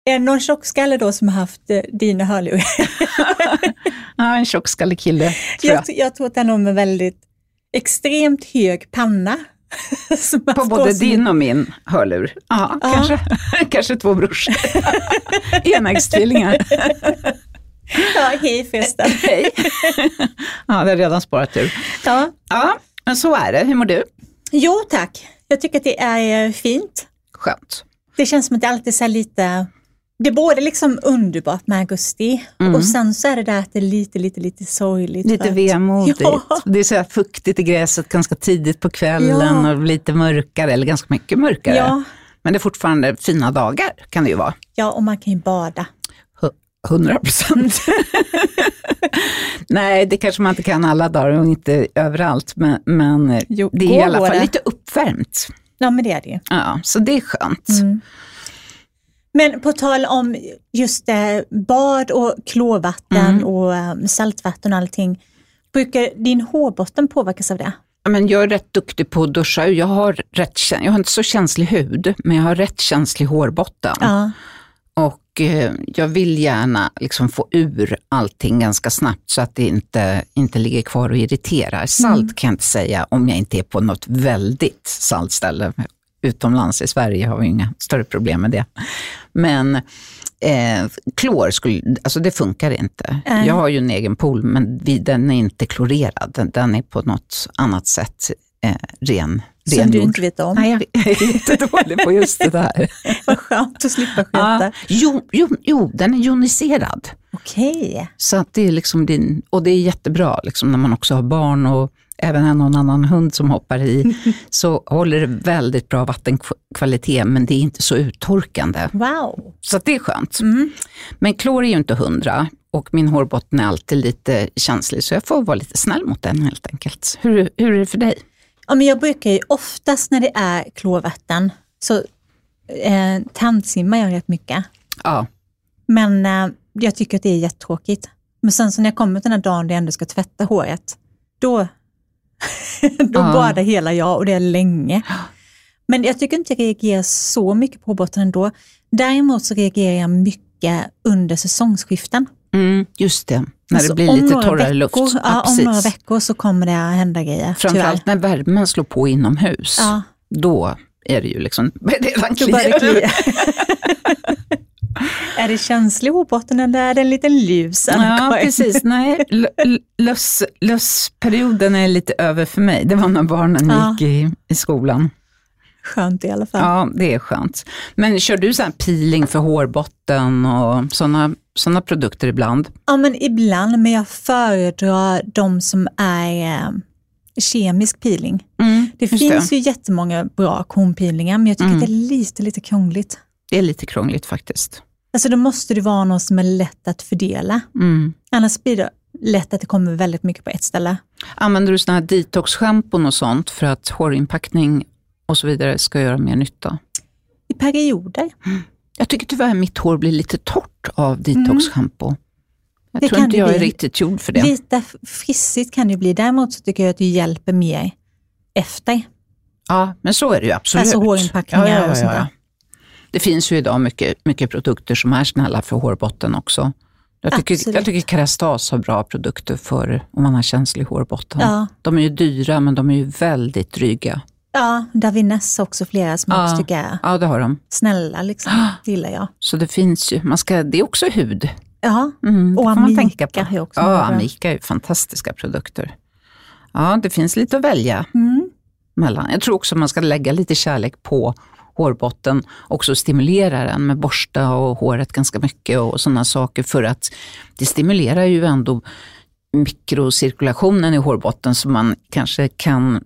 Är det någon tjockskalle då som har haft dina hörlurar? Ja, en tjockskallig kille, tror jag. Jag tror att det är någon med väldigt extremt hög panna. På både din och min hörlur. Ja, kanske två brorsor. Enäggstvillingar. Ja, hej förresten. Hej. Ja, det har redan sparat ur. Ja, men så är det. Hur mår du? Jo, tack. Jag tycker att det är fint. Skönt. Det känns som att det alltid är lite... Det är både liksom underbart med augusti och sen så är det där att det är lite sorgligt. Lite vemodigt. Ja. Det är så här fuktigt i gräset ganska tidigt på kvällen och lite mörkare, eller ganska mycket mörkare. Ja. Men det är fortfarande fina dagar, kan det ju vara. Ja, och man kan ju bada. 100%. Nej, det kanske man inte kan alla dagar och inte överallt, men det är i alla fall lite uppvärmt. Ja, men det är det ju. Ja, så det är skönt. Men på tal om just bad och klorvatten och saltvatten och allting, brukar din hårbotten påverkas av det? Ja, men jag är rätt duktig på att duscha. Jag har inte så känslig hud, men jag har rätt känslig hårbotten. Ja. Och jag vill gärna liksom få ur allting ganska snabbt så att det inte ligger kvar och irriterar. Salt kan jag inte säga om jag inte är på något väldigt saltställe. Utomlands i Sverige har vi inga större problem med det. Men klor alltså det funkar inte. Jag har ju en egen pool, men den är inte klorerad. Den är på något annat sätt ren. Som du inte vet om. Nej, jag är inte dålig på just det där. Vad skönt att slippa sköta. Jo, den är joniserad. Okej. Så att det är liksom och det är jättebra liksom, när man också har barn och även någon annan hund som hoppar i, så håller det väldigt bra vattenkvalitet, men det är inte så uttorkande. Wow. Så att det är skönt. Men klor är ju inte 100 och min hårbotten är alltid lite känslig, så jag får vara lite snäll mot den helt enkelt. Hur är det för dig? Ja, men jag brukar ju oftast när det är klorvatten så tandsimmar jag rätt mycket. Ja. Men jag tycker att det är jättetråkigt. Men sen så när jag kommer till den här dagen där jag ändå ska tvätta håret, då badar hela jag, och det är länge. Men jag tycker inte jag reagerar så mycket på botten ändå. Däremot så reagerar jag mycket under säsongsskiften. Just det, när det blir lite torrare luft. Ja, om några veckor så kommer det att hända grejer. Framförallt när värmen slår på inomhus. Ja. Då är det ju liksom redan kliar. Är det känslig hårbotten eller är det en liten lus? Ja, precis. Nej, lössperioden är lite över för mig. Det var när barnen gick i skolan. Skönt i alla fall. Ja, det är skönt. Men kör du så här peeling för hårbotten och såna produkter ibland? Ja, men ibland. Men jag föredrar de som är kemisk peeling. Det finns ju jättemånga bra kornpeelingar, men jag tycker att det är lite krångligt. Det är lite krångligt faktiskt. Alltså då måste det vara något som är lätt att fördela. Annars blir det lätt att det kommer väldigt mycket på ett ställe. Använder du såna här detox-schampon och sånt för att hårinpackning och så vidare ska göra mer nytta? I perioder. Jag tycker tyvärr mitt hår blir lite torrt av detox-schampo. Jag tror inte jag är riktigt gjord för det. Lite frissigt kan det bli. Däremot så tycker jag att det hjälper mer efter. Ja, men så är det ju absolut. Alltså hårinpackningar och sånt där. Det finns ju idag mycket produkter som är snälla för hårbotten också. Jag tycker Kerastas har bra produkter för om man har känslig hårbotten. Ja. De är ju dyra, men de är ju väldigt dryga. Ja, Davines också flera som också tycker är det har de. Snälla liksom, gillar jag. Så det finns ju, det är också hud. Ja, och Amica är också. Ja, Amica är ju fantastiska produkter. Ja, det finns lite att välja mellan. Jag tror också man ska lägga lite kärlek på hårbotten, också stimulera den med borsta och håret ganska mycket och sådana saker, för att det stimulerar ju ändå mikrocirkulationen i hårbotten, så man kanske kan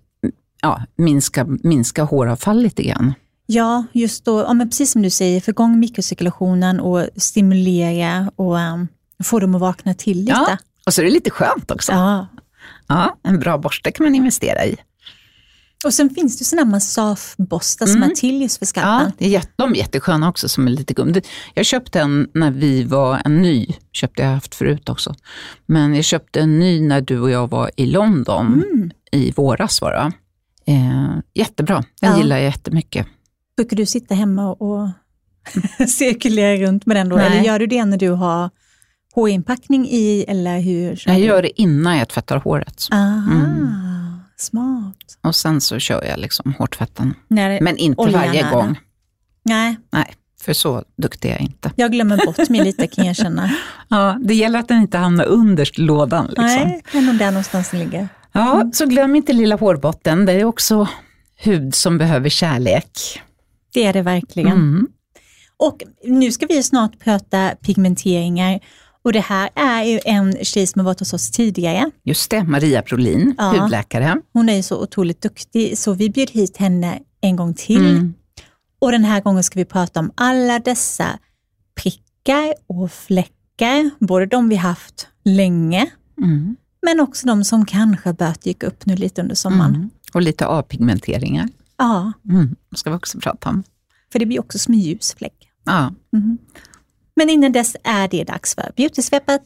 minska håravfall lite grann. Ja, just då, men precis som du säger, få igång mikrocirkulationen och stimulera och få dem att vakna till lite. Ja, och så är det lite skönt också. Ja, en bra borste kan man investera i. Och sen finns det sådana massageborstar som är till just för skalpen. Ja, de är jättesköna också som är lite gum. Jag köpte en när vi var köpte jag haft förut också. Men jag köpte en ny när du och jag var i London i våras var det. Jättebra, den gillar jag jättemycket. Brukar du sitta hemma och cirkulera runt med den då? Nej. Eller gör du det när du har hårinpackning i, eller hur? Jag gör det innan jag tvättar håret. Smart. Och sen så kör jag liksom hårtvätten. Nej, men inte varje gång. Nej, för så duktig är jag inte. jag glömmer bort mig lite, kan jag känna. Ja, det gäller att den inte hamnar under lådan. Liksom. Nej, det är nog där någonstans den ligger. Ja, så glöm inte lilla hårbotten. Det är också hud som behöver kärlek. Det är det verkligen. Och nu ska vi snart prata pigmenteringar. Och det här är ju en tjej som har varit hos oss tidigare. Just det, Maria Brolin, hudläkare. Hon är ju så otroligt duktig, så vi bjöd hit henne en gång till. Och den här gången ska vi prata om alla dessa prickar och fläckar. Både de vi haft länge, men också de som kanske börjat dyka upp nu lite under sommaren. Och lite avpigmenteringar. Ja. Det ska vi också prata om. För det blir också som en ljusfläck. Ja. Men innan dess är det dags för beautysvepet.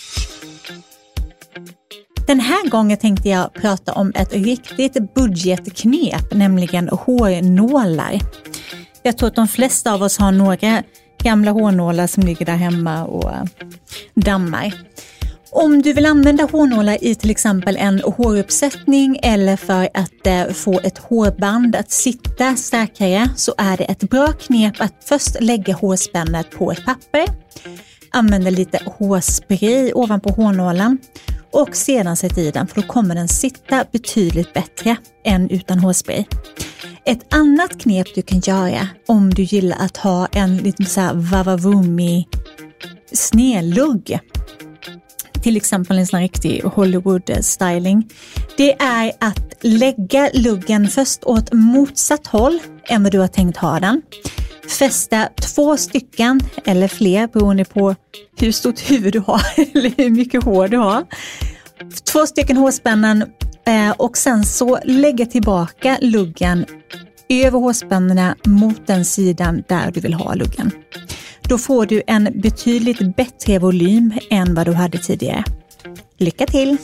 Den här gången tänkte jag prata om ett riktigt budgetknep, nämligen hårnålar. Jag tror att de flesta av oss har några gamla hårnålar som ligger där hemma och dammar. Om du vill använda hårnålar i till exempel en håruppsättning eller för att få ett hårband att sitta starkare, så är det ett bra knep att först lägga hårspännet på ett papper, använda lite hårspray ovanpå hårnålen och sedan sätta i den, för då kommer den sitta betydligt bättre än utan hårspray. Ett annat knep du kan göra om du gillar att ha en liten så här vavavoomig snedlugg, till exempel en sån riktig Hollywood-styling, det är att lägga luggen först åt motsatt håll än vad du har tänkt ha den. Fästa 2 stycken eller fler beroende på hur stort huvud du har eller hur mycket hår du har. 2 stycken hårspännen och sen så lägga tillbaka luggen över hårspännerna mot den sidan där du vill ha luggen. Då får du en betydligt bättre volym än vad du hade tidigare. Lycka till!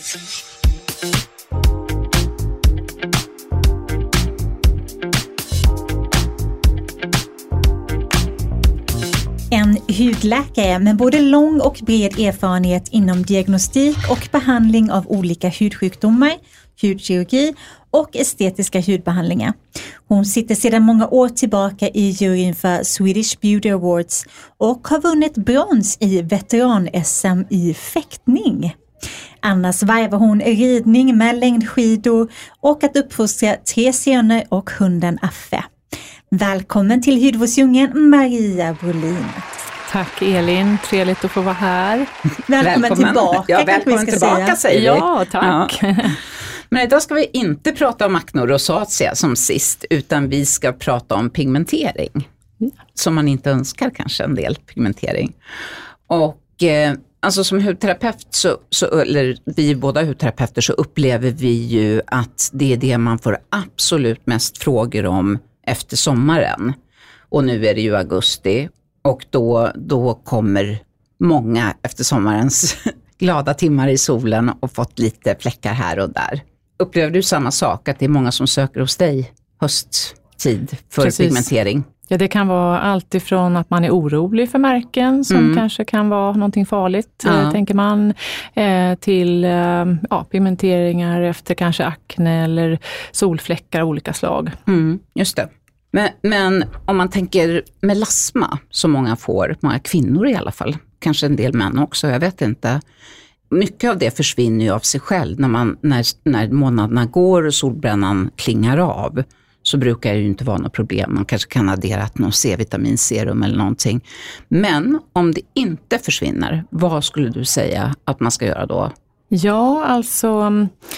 En hudläkare med både lång och bred erfarenhet inom diagnostik och behandling av olika hudsjukdomar, hudkirurgi och estetiska hudbehandlingar. Hon sitter sedan många år tillbaka i juryn för Swedish Beauty Awards och har vunnit brons i veteran-SM i fäktning. Annars varvar hon ridning med längdskidor och att uppfostra 3 söner och hunden Affe. Välkommen till Hudvårdsdjungeln, Maria Brolin. Tack Elin, trevligt att få vara här. Välkommen tillbaka. Ja, välkommen tillbaka säger vi. Ja, tack. Ja. Men idag ska vi inte prata om akne och rosacea som sist, utan vi ska prata om pigmentering. Som man inte önskar kanske, en del pigmentering. Och alltså som hudterapeut, eller vi båda hudterapeuter, så upplever vi ju att det är det man får absolut mest frågor om efter sommaren. Och nu är det ju augusti och då kommer många efter sommarens glada timmar i solen och fått lite fläckar här och där. Upplever du samma sak, att det är många som söker hos dig hösttid för pigmentering? Ja, det kan vara allt ifrån att man är orolig för märken som kanske kan vara någonting farligt, tänker man, till pigmenteringar efter kanske akne eller solfläckar av olika slag. Just det. Men om man tänker melasma som många får, många kvinnor i alla fall, kanske en del män också, jag vet inte. Mycket av det försvinner ju av sig själv när månaderna går och solbrännan klingar av. Så brukar det ju inte vara något problem. Man kanske kan addera någon C-vitaminserum eller någonting. Men om det inte försvinner, vad skulle du säga att man ska göra då? Ja, alltså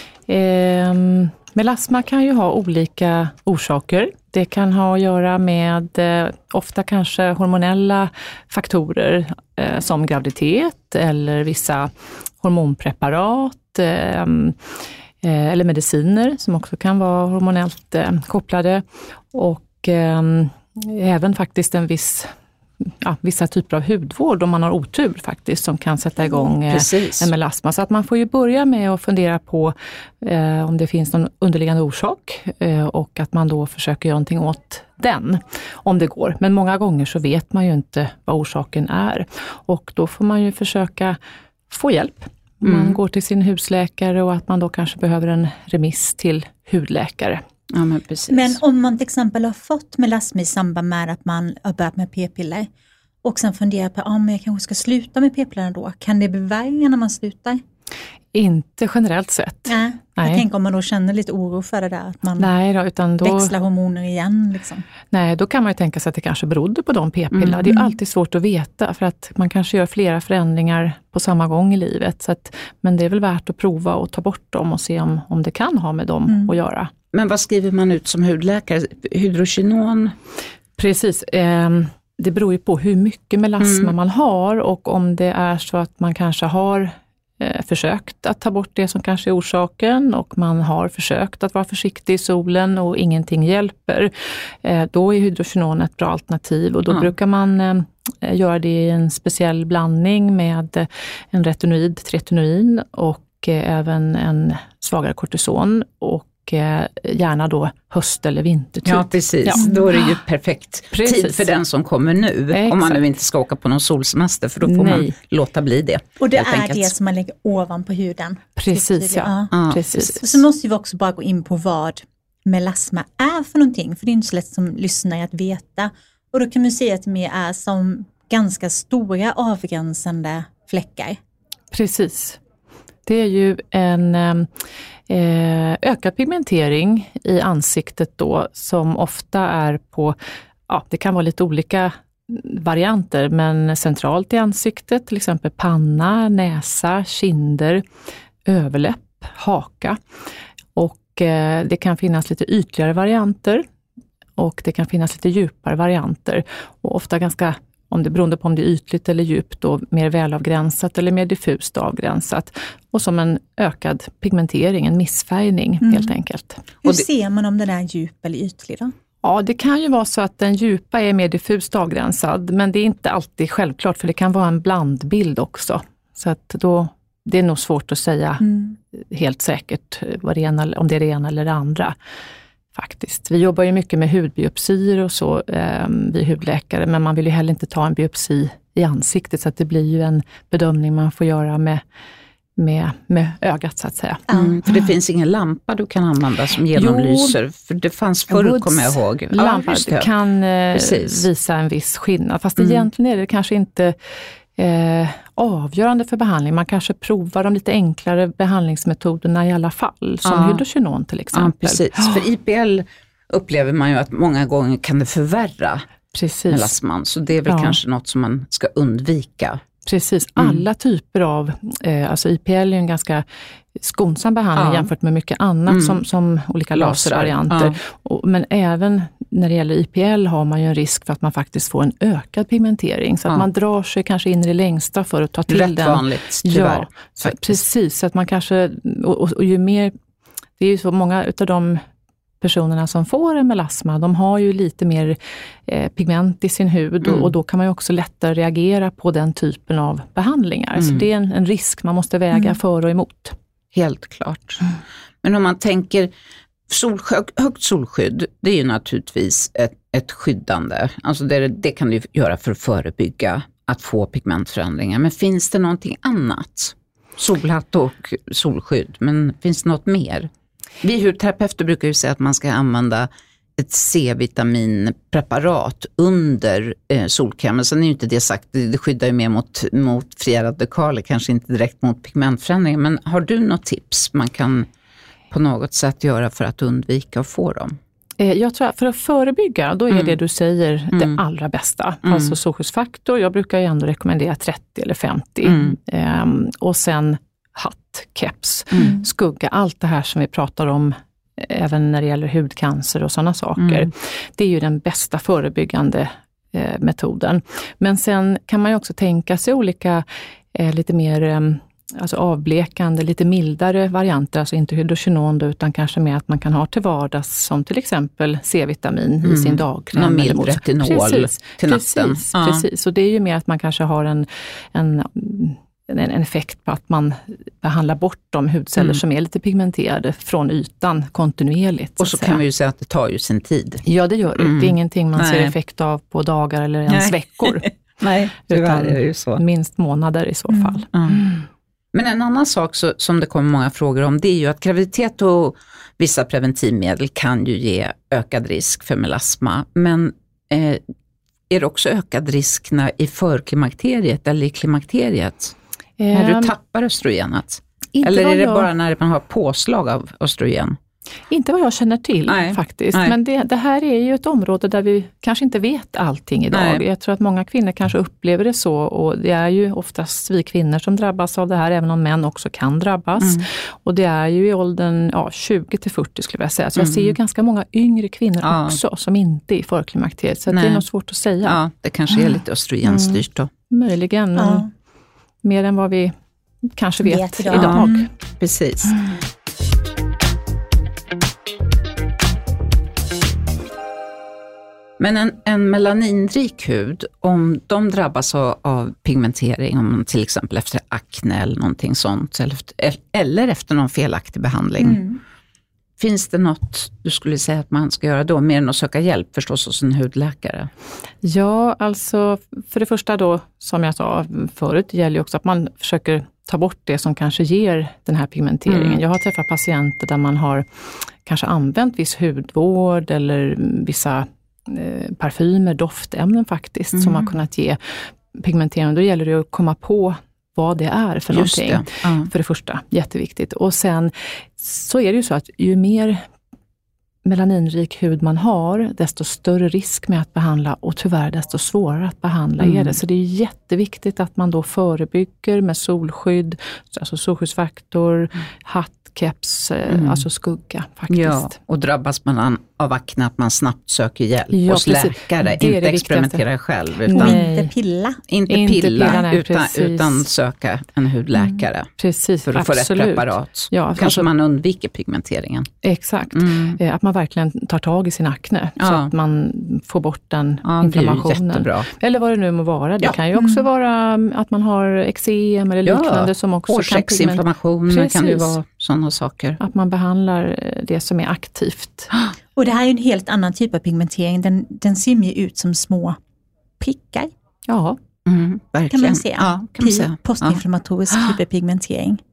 melasma kan ju ha olika orsaker. Det kan ha att göra med ofta kanske hormonella faktorer som graviditet eller vissa hormonpreparat eller mediciner som också kan vara hormonellt kopplade, och även faktiskt en viss vissa typer av hudvård om man har otur faktiskt som kan sätta igång en melasma. Så att man får ju börja med att fundera på om det finns någon underliggande orsak och att man då försöker göra någonting åt den om det går. Men många gånger så vet man ju inte vad orsaken är och då får man ju försöka få hjälp. Man går till sin husläkare och att man då kanske behöver en remiss till hudläkare. Ja, men precis. Men om man till exempel har fått melasma i samband med att man har börjat med p-piller och sen funderar på men jag kanske ska sluta med p-pillerna då. Kan det bli värre när man slutar? Inte generellt sett. Nej. Jag tänker om man då känner lite oro för det där. Att man växlar hormoner igen. Liksom. Nej, då kan man ju tänka sig att det kanske berodde på de p-pillerna. Det är alltid svårt att veta för att man kanske gör flera förändringar på samma gång i livet. Så att, men det är väl värt att prova och ta bort dem och se om det kan ha med dem att göra. Men vad skriver man ut som hudläkare? Hydrokinon? Precis. Det beror ju på hur mycket melasma man har och om det är så att man kanske har försökt att ta bort det som kanske är orsaken och man har försökt att vara försiktig i solen och ingenting hjälper. Då är hydrokinon ett bra alternativ och då brukar man göra det i en speciell blandning med en retinoid, tretinoin och även en svagare kortison och gärna då höst- eller vintertid. Ja, precis. Ja. Då är det ju perfekt tid för den som kommer nu. Exakt. Om man nu inte ska åka på någon solsemester, för då får man låta bli det. Och det är enkelt. Det som man lägger ovanpå huden. Precis, ja. Precis. Så måste vi också bara gå in på vad melasma är för någonting. För det är inte så lätt som lyssnare att veta. Och då kan man säga att det är som ganska stora avgränsande fläckar. Precis. Det är ju en ökad pigmentering i ansiktet då som ofta är på, det kan vara lite olika varianter men centralt i ansiktet, till exempel panna, näsa, kinder, överläpp, haka och det kan finnas lite ytligare varianter och det kan finnas lite djupare varianter och ofta ganska, om det beroende på om det är ytligt eller djupt då mer välavgränsat eller mer diffust avgränsat och som en ökad pigmentering, en missfärgning helt enkelt. Hur ser man om den är djup eller ytlig då? Ja, det kan ju vara så att den djupa är mer diffust avgränsad men det är inte alltid självklart för det kan vara en blandbild också. Så att då, det är nog svårt att säga helt säkert vad det är, om det är det ena eller det andra. Faktiskt. Vi jobbar ju mycket med hudbiopsier och så vi hudläkare men man vill ju heller inte ta en biopsi i ansiktet så att det blir ju en bedömning man får göra med ögat så att säga. För det finns ingen lampa du kan använda som genomlyser, för det fanns förr kommer jag ihåg. Lampa kan visa en viss skillnad fast egentligen är det kanske inte avgörande för behandling. Man kanske provar de lite enklare behandlingsmetoderna i alla fall, som hydrokinon till exempel. Ja, precis. För IPL upplever man ju att många gånger kan det förvärra melasman, så det är väl kanske något som man ska undvika. Precis, alla typer av, alltså IPL är ju en ganska skonsam behandling jämfört med mycket annat som olika laservarianter. Men även när det gäller IPL har man ju en risk för att man faktiskt får en ökad pigmentering. Så att man drar sig kanske in i det längsta för att ta till den. Rätt vanligt, tyvärr. Ja, precis. Så att man kanske, och ju mer, det är ju så många utav de personerna som får en melasma, de har ju lite mer pigment i sin hud och då kan man ju också lättare reagera på den typen av behandlingar. Så det är en risk man måste väga för och emot. Helt klart. Men om man tänker högt solskydd, det är ju naturligtvis ett skyddande. Alltså det kan du göra för att förebygga att få pigmentförändringar. Men finns det någonting annat? Solhatt och solskydd, men finns det något mer? Vi hudterapeuter brukar ju säga att man ska använda ett C-vitaminpreparat under solkrämen. Sen är ju inte det sagt, det skyddar ju mer mot fria radikaler, kanske inte direkt mot pigmentförändringar. Men har du något tips man kan på något sätt göra för att undvika att få dem? Jag tror att för att förebygga, då är det du säger det allra bästa. Alltså solskyddsfaktor, jag brukar ju ändå rekommendera 30 eller 50. Och sen hatt, keps, skugga, allt det här som vi pratar om även när det gäller hudcancer och sådana saker. Det är ju den bästa förebyggande metoden. Men sen kan man ju också tänka sig olika lite mer alltså avblekande, lite mildare varianter, alltså inte hydrokinon utan kanske mer att man kan ha till vardags som till exempel C-vitamin i sin dagkräm. Någon mild retinol till natten. Precis, och det är ju mer att man kanske har en effekt på att man behandlar bort de hudceller som är lite pigmenterade från ytan kontinuerligt. Och så kan vi ju säga att det tar ju sin tid. Ja, det gör det. Det är ingenting man ser effekt av på dagar eller ens veckor. Nej, tyvärr är det ju så. Minst månader i så fall. Men en annan sak som det kommer många frågor om, det är ju att graviditet och vissa preventivmedel kan ju ge ökad risk för melasma. Men är det också ökad risk i förklimakteriet eller i klimakteriet? När du tappar östrogenet? Eller är det bara när man har påslag av östrogen? Inte vad jag känner till faktiskt. Nej. Men det här är ju ett område där vi kanske inte vet allting idag. Nej. Jag tror att många kvinnor kanske upplever det så. Och det är ju oftast vi kvinnor som drabbas av det här, även om män också kan drabbas. Och det är ju i åldern 20-40 skulle jag säga. Så jag ser ju ganska många yngre kvinnor också som inte är i förklimakteriet. Så det är nog svårt att säga. Ja, det kanske är lite östrogenstyrt då. Möjligen, men mer än vad vi kanske vet idag. Precis. Men en melaninrik hud, om de drabbas av pigmentering, om till exempel efter akne eller någonting sånt, eller efter någon felaktig behandling, finns det något du skulle säga att man ska göra då, mer än att söka hjälp förstås hos en hudläkare? Ja, alltså för det första då, som jag sa förut, det gäller ju också att man försöker ta bort det som kanske ger den här pigmenteringen. Jag har träffat patienter där man har kanske använt viss hudvård eller vissa parfymer, doftämnen faktiskt, som har kunnat ge pigmentering. Då gäller det att komma på vad det är för någonting. För det första, jätteviktigt. Och sen så är det ju så att ju mer melaninrik hud man har, desto större risk med att behandla och tyvärr desto svårare att behandla är det. Så det är jätteviktigt att man då förebygger med solskydd, alltså solskyddsfaktor, hatt, keps, alltså skugga faktiskt. Ja, och drabbas man av akne att man snabbt söker hjälp hos läkare, inte experimentera själv. Utan, och inte pilla. Inte pilla utan söka en hudläkare. Precis, för att få rätt preparat. Ja, kanske alltså, man undviker pigmenteringen. Exakt, att man verkligen tar tag i sin akne så att man får bort den inflammationen. Jättebra. Eller vad det nu må vara. Det kan ju också vara att man har eksem eller liknande som också hårsäcksinflammation kan det vara sådana saker. Att man behandlar det som är aktivt. Och det här är ju en helt annan typ av pigmentering. Den ser ju ut som små prickar. Ja, verkligen. Kan man säga. Ja, kan man säga. Postinflammatorisk hyperpigmentering.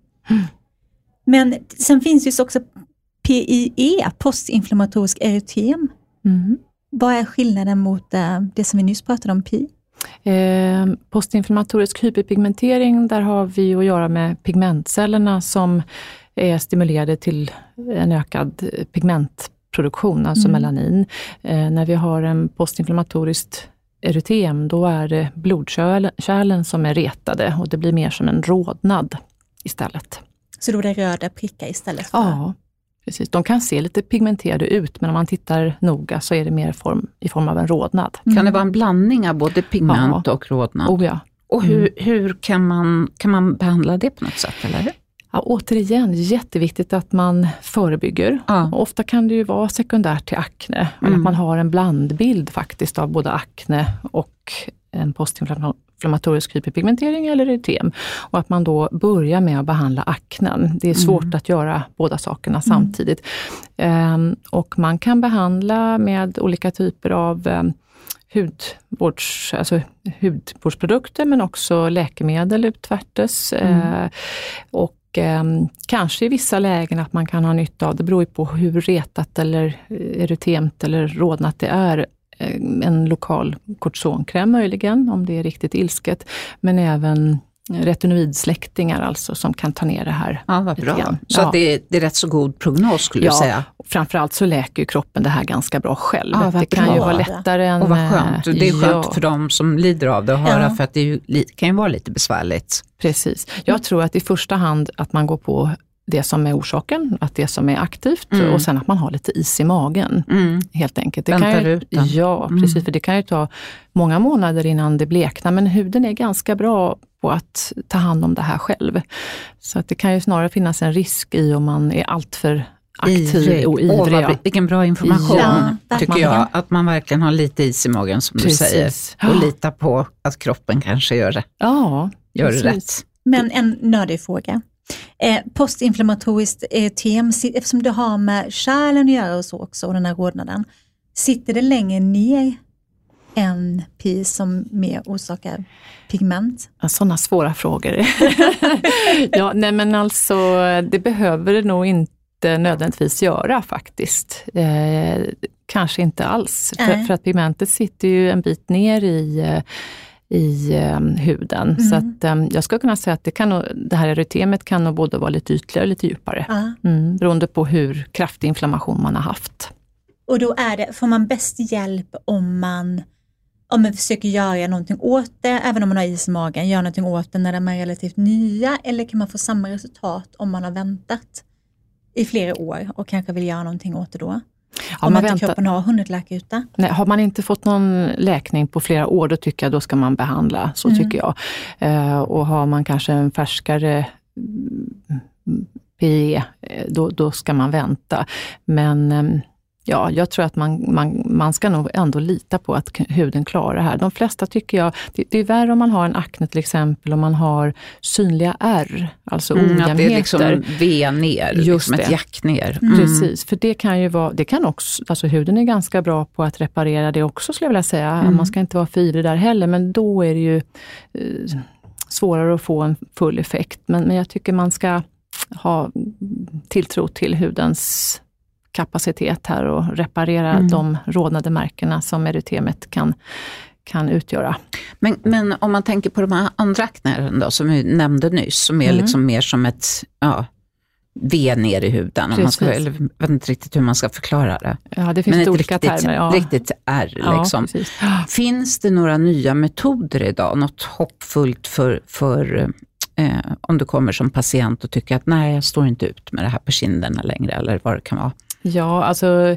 Men sen finns ju också PIE, postinflammatorisk erytem. Vad är skillnaden mot det som vi nyss pratade om, PI? Postinflammatorisk hyperpigmentering, där har vi att göra med pigmentcellerna som är stimulerade till en ökad pigmentproduktion, alltså melanin. När vi har en postinflammatoriskt erytem, då är det blodkärlen som är retade och det blir mer som en rodnad istället. Så då är det röda prickar istället för? Ja, precis. De kan se lite pigmenterade ut, men om man tittar noga så är det mer i form av en rodnad. Kan det vara en blandning av både pigment och rodnad? Oh ja. Och hur kan man behandla det på något sätt, eller? Ja, återigen, jätteviktigt att man förebygger. Och ofta kan det ju vara sekundärt till akne. Eller att man har en blandbild faktiskt av både akne och en postinflammatorisk hyperpigmentering eller erytem. Och att man då börjar med att behandla aknen. Det är svårt att göra båda sakerna samtidigt. Och man kan behandla med olika typer av hudvårdsprodukter, men också läkemedel utvärtes. Och kanske i vissa lägen att man kan ha nytta av, det beror ju på hur retat eller erytemt eller rodnat det är, en lokal kortisonkräm möjligen, om det är riktigt ilsket, men även retinoidsläktingar alltså som kan ta ner det här. Ja, vad bra. Så att det är rätt så god prognos skulle du säga. Framförallt så läker ju kroppen det här ganska bra själv. Det kan ju vara lättare än... Och vad skönt. Det är skönt för dem som lider av det att höra, för att det kan ju vara lite besvärligt. Precis. Jag tror att i första hand att man går på det som är orsaken, att det som är aktivt och sen att man har lite is i magen helt enkelt. Det väntar ut den. Ja, precis, för det kan ju ta många månader innan det bleknar, men huden är ganska bra på att ta hand om det här själv. Så att det kan ju snarare finnas en risk i om man är alltför aktiv och ivrig. Vilken bra information tycker jag. Att man verkligen har lite is i magen som du säger. Och lita på att kroppen kanske gör det. Ja, gör det rätt. Men en nördig fråga. Postinflammatoriskt tem, eftersom det har med kärlen att göra och så också, och den här rodnaden, sitter det längre ner än PI som mer orsakar pigment? Sådana svåra frågor. Ja, nej men alltså det behöver det nog inte nödvändigtvis göra faktiskt. Kanske inte alls. För att pigmentet sitter ju en bit ner i huden. Så att jag skulle kunna säga att det här erytemet kan nog både vara lite ytligare och lite djupare. Beroende på hur kraftig inflammation man har haft. Och då får man bäst hjälp om man försöker göra någonting åt det, även om man har is i magen, göra någonting åt det när de är relativt nya, eller kan man få samma resultat om man har väntat i flera år och kanske vill göra någonting åt det då? Ja, om inte kroppen har hunnit läka ut det. Nej, har man inte fått någon läkning på flera år, då tycker jag då ska man behandla, så tycker jag. Och har man kanske en färskare PE, då ska man vänta. Men ja, jag tror att man ska nog ändå lita på att huden klarar det här. De flesta tycker jag, det är värre om man har en akne till exempel, om man har synliga ärr, alltså ojämnheter. Att det är liksom V ner, liksom ett jack ner. Precis, för det kan ju vara, det kan också, alltså huden är ganska bra på att reparera det också, skulle jag vilja säga. Man ska inte vara för ivrig där heller, men då är det ju svårare att få en full effekt. Men jag tycker man ska ha tilltro till hudens kapacitet här och reparera de rodnade märkena som erytemet kan utgöra. Men om man tänker på de här andra aknären då, som vi nämnde nyss, som är liksom mer som ett V ner i huden. Om man ska, eller, jag vet inte riktigt hur man ska förklara det. Ja, det finns men olika termer. Ja. Riktigt R liksom. Finns det några nya metoder idag? Något hoppfullt för om du kommer som patient och tycker att nej, jag står inte ut med det här på kinderna längre, eller vad det kan vara? Ja, alltså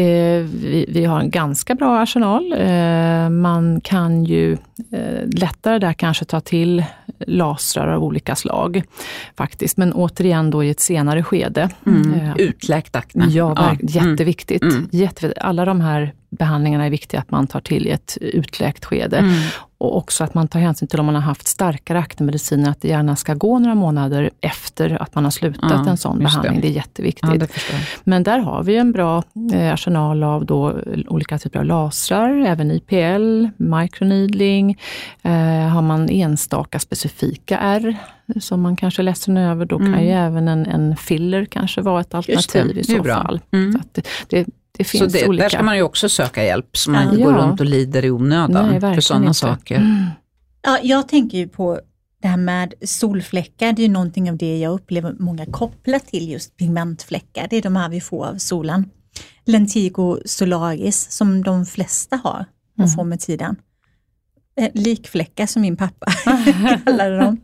vi har en ganska bra arsenal. Man kan ju lättare där kanske ta till lasrar av olika slag faktiskt. Men återigen då i ett senare skede. Utläkt akne. Ja, jätteviktigt. Jätteviktigt. Alla de här behandlingarna är viktiga att man tar till i ett utläkt skede. Och också att man tar hänsyn till om man har haft starkare aknemediciner, att det gärna ska gå några månader efter att man har slutat en sån behandling. Det är jätteviktigt. Ja, men där har vi en bra arsenal av då olika typer av lasrar, även IPL, microneedling. Har man enstaka specifika R som man kanske är ledsen över, då kan ju även en filler kanske vara ett alternativ i så fall. Så att det finns så olika. Där ska man ju också söka hjälp, så man går runt och lider i onödan för sådana saker. Ja, jag tänker ju på det här med solfläckar. Det är ju någonting av det jag upplever många kopplat till just pigmentfläckar. Det är de här vi får av solen. Lentigo solaris, som de flesta har och får med tiden. Likfläckar som min pappa kallade dem.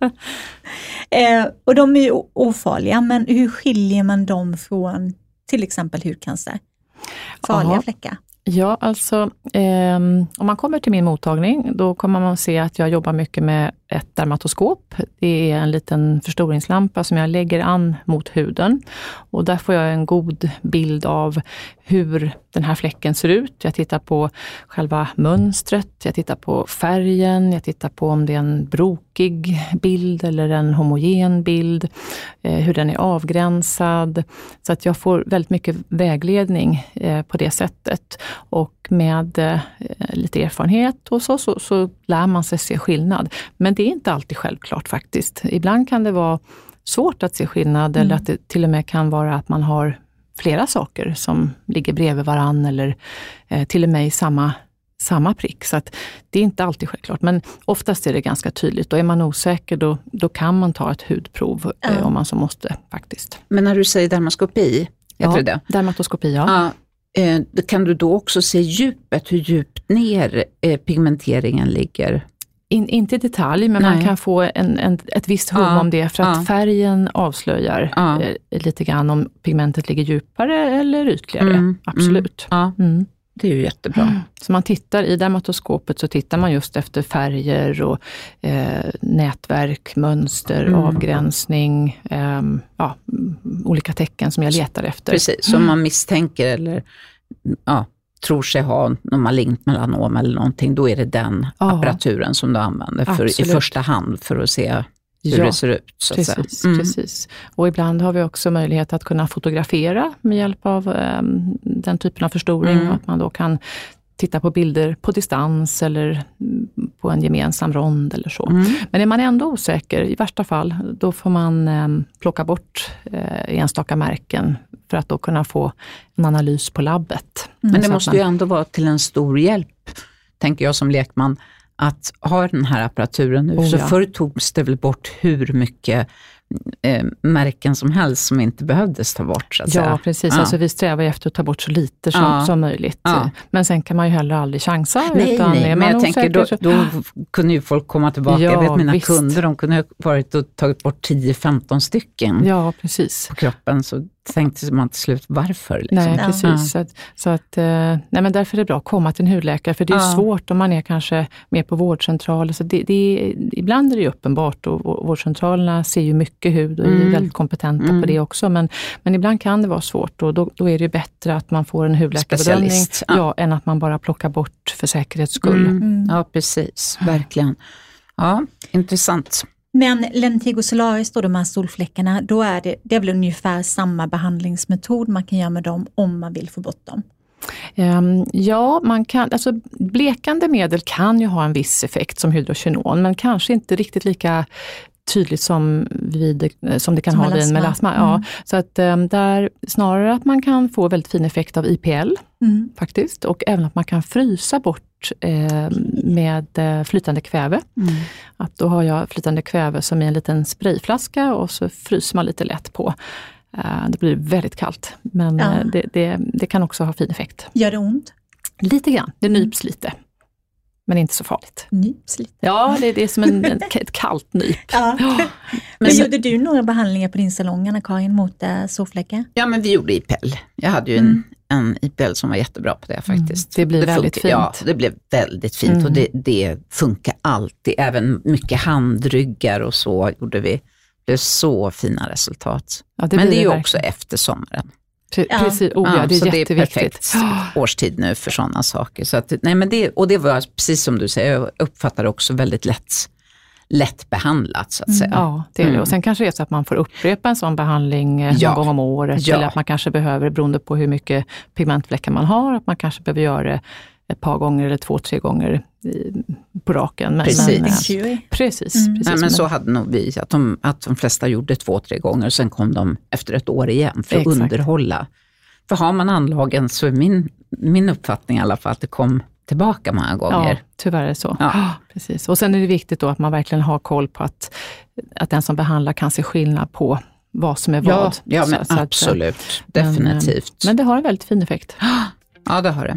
Och de är ju ofarliga, men hur skiljer man dem från till exempel hudcancer? Farliga fläckar. Ja, alltså om man kommer till min mottagning, då kommer man se att jag jobbar mycket med ett dermatoskop. Det är en liten förstoringslampa som jag lägger an mot huden. Och där får jag en god bild av hur den här fläcken ser ut. Jag tittar på själva mönstret, jag tittar på färgen, jag tittar på om det är en brokig bild eller en homogen bild, hur den är avgränsad. Så att jag får väldigt mycket vägledning på det sättet. Och med lite erfarenhet och så lär man sig se skillnad. Men det är inte alltid självklart faktiskt. Ibland kan det vara svårt att se skillnad eller att det till och med kan vara att man har flera saker som ligger bredvid varann eller till och med i samma prick. Så att det är inte alltid självklart, men oftast är det ganska tydligt. Och är man osäker då kan man ta ett hudprov om man så måste faktiskt. Men när du säger dermaskopi, heter det? Dermatoskopi, ja. Kan du då också se djupet, hur djupt ner pigmenteringen ligger? Inte i detalj, men man kan få ett visst hum om det, för att färgen avslöjar lite grann om pigmentet ligger djupare eller ytligare. Absolut. Det är ju jättebra. Så man tittar i dermatoskopet, så tittar man just efter färger och nätverk, mönster, avgränsning, olika tecken som jag letar efter. Precis, som man misstänker eller tror sig ha något malignt melanom eller någonting, då är det den apparaturen som du använder för, i första hand för att se hur det ser ut. Så precis. Och ibland har vi också möjlighet att kunna fotografera med hjälp av den typen av förstoring. Att man då kan titta på bilder på distans eller på en gemensam rond eller så. Men är man ändå osäker, i värsta fall, då får man plocka bort enstaka märken för att då kunna få en analys på labbet. Men det måste ju ändå vara till en stor hjälp, tänker jag som lekman, att ha den här apparaturen nu. Så förr togs det väl bort hur mycket märken som helst som inte behövdes ta bort. Så att säga. Precis. Alltså, vi strävar efter att ta bort så lite som möjligt. Men sen kan man ju heller aldrig chansa. Nej, men jag tänker då kunde ju folk komma tillbaka. Jag vet mina kunder, de kunde ha varit och tagit bort 10-15 stycken på kroppen. Så tänkte man till slut varför. Liksom. Nej, precis. Så att, men därför är det bra att komma till en hudläkare. För det är svårt om man är kanske mer på vårdcentraler. Så ibland är det ju uppenbart, och vårdcentralerna ser ju mycket hud och är väldigt kompetenta på det också. Men ibland kan det vara svårt, och då är det ju bättre att man får en hudläkarbedömning än att man bara plockar bort för säkerhets skull. Ja, precis. Verkligen. Ja, intressant. Men Lentigo Solaris, då, de här solfläckarna, då är det är väl ungefär samma behandlingsmetod man kan göra med dem om man vill få bort dem? Man kan, alltså blekande medel kan ju ha en viss effekt som hydrokinon, men kanske inte riktigt lika tydligt som det kan ha vid en melasma. Så att där snarare att man kan få väldigt fin effekt av IPL faktiskt, och även att man kan frysa bort med flytande kväve. Att då har jag flytande kväve som är en liten sprayflaska, och så fryser man lite lätt på. Det blir väldigt kallt, men det kan också ha fin effekt. Gör det ont? Lite grann, det nyps lite. Men inte så farligt. Nyps lite? Ja, det är som ett kallt nyp. Men gjorde du några behandlingar på din salong, Anna-Karin, mot solfläckar? Ja, men vi gjorde IPL. Jag hade ju en IPL som var jättebra på det faktiskt. Det blir väldigt fint. Ja, det blev väldigt fint och det funkar alltid. Även mycket handryggar och så gjorde vi. Det blev så fina resultat. Ja, men det är ju också efter sommaren. Precis, det är så jätteviktigt. Det är perfekt årstid nu för sådana saker. Så att, det var precis som du säger, jag uppfattar det också väldigt lätt behandlat så att säga. Ja, det är det. Och sen kanske det är så att man får upprepa en sån behandling någon gång om året. Eller att man kanske behöver, beroende på hur mycket pigmentfläckar man har, att man kanske behöver göra det ett par gånger eller 2-3 gånger på raken. Precis. Nej, men så hade nog vi, att de flesta gjorde 2-3 gånger och sen kom de efter ett år igen för att underhålla. För har man anlagen så är min uppfattning i alla fall att det kom tillbaka många gånger. Ja, tyvärr är det så. Ja. Precis. Och sen är det viktigt då att man verkligen har koll på att den som behandlar kan se skillnad på vad som är vad. Ja, men så absolut. Definitivt. Men det har en väldigt fin effekt. Ja, det har det.